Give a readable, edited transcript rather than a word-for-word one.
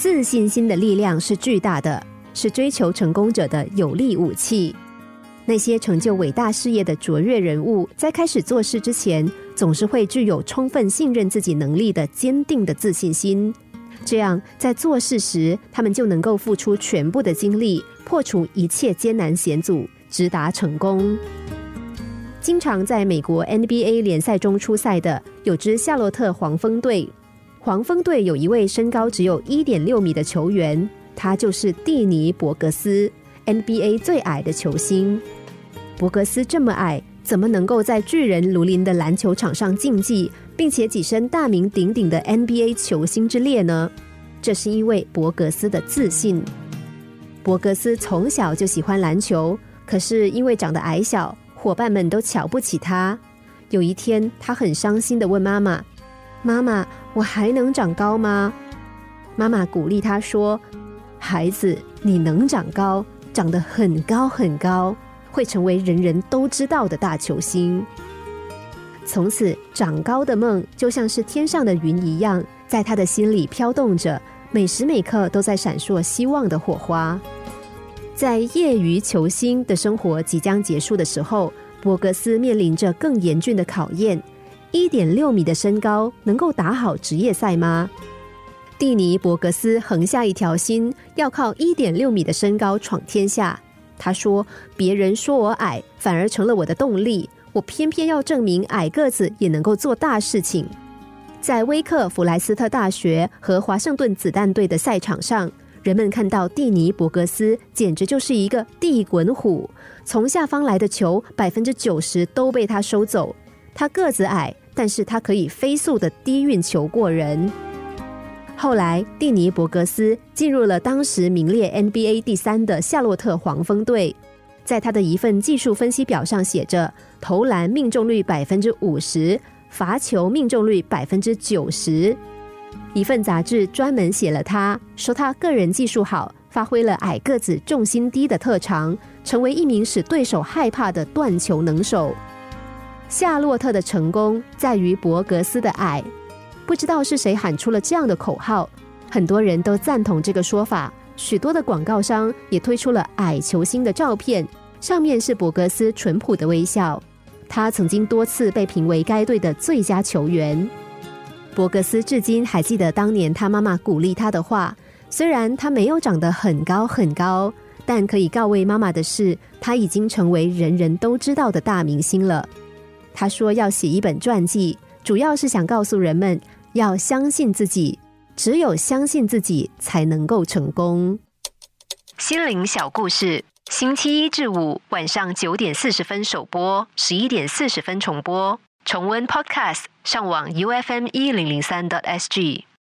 自信心的力量是巨大的，是追求成功者的有力武器。那些成就伟大事业的卓越人物，在开始做事之前，总是会具有充分信任自己能力的坚定的自信心。这样，在做事时，他们就能够付出全部的精力，破除一切艰难险阻，直达成功。经常在美国 NBA 联赛中出赛的，有支夏洛特黄蜂队。黄蜂队有一位身高只有 1.6 米的球员，他就是蒂尼·伯格斯， NBA 最矮的球星。伯格斯这么矮，怎么能够在巨人如林的篮球场上竞技，并且跻身大名鼎鼎的 NBA 球星之列呢？这是因为伯格斯的自信。伯格斯从小就喜欢篮球，可是因为长得矮小，伙伴们都瞧不起他。有一天，他很伤心地问妈妈：妈妈，我还能长高吗？妈妈鼓励他说：孩子，你能长高，长得很高很高，会成为人人都知道的大球星。从此，长高的梦就像是天上的云一样，在他的心里飘动着，每时每刻都在闪烁希望的火花。在业余球星的生活即将结束的时候，伯格斯面临着更严峻的考验。1.6 米的身高能够打好职业赛吗？蒂尼·伯格斯横下一条心，要靠 1.6 米的身高闯天下。他说，别人说我矮，反而成了我的动力，我偏偏要证明矮个子也能够做大事情。在威克弗莱斯特大学和华盛顿子弹队的赛场上，人们看到蒂尼·伯格斯简直就是一个地滚虎，从下方来的球 90% 都被他收走。他个子矮，但是他可以飞速的低运球过人。后来，蒂尼·伯格斯进入了当时名列 NBA 第3的夏洛特黄蜂队。在他的一份技术分析表上写着，投篮命中率 50%， 罚球命中率 90%。一份杂志专门写了他，说他个人技术好，发挥了矮个子重心低的特长，成为一名使对手害怕的断球能手。夏洛特的成功在于伯格斯的矮。不知道是谁喊出了这样的口号，很多人都赞同这个说法，许多的广告商也推出了矮球星的照片，上面是伯格斯淳朴的微笑。他曾经多次被评为该队的最佳球员。伯格斯至今还记得当年他妈妈鼓励他的话，虽然他没有长得很高很高，但可以告慰妈妈的是，他已经成为人人都知道的大明星了。他说要写一本传记，主要是想告诉人们要相信自己，只有相信自己才能够成功。心灵小故事，星期1至5晚上9点40分首播，11点40分重播。重温 Podcast， 上网 UFM1003.SG。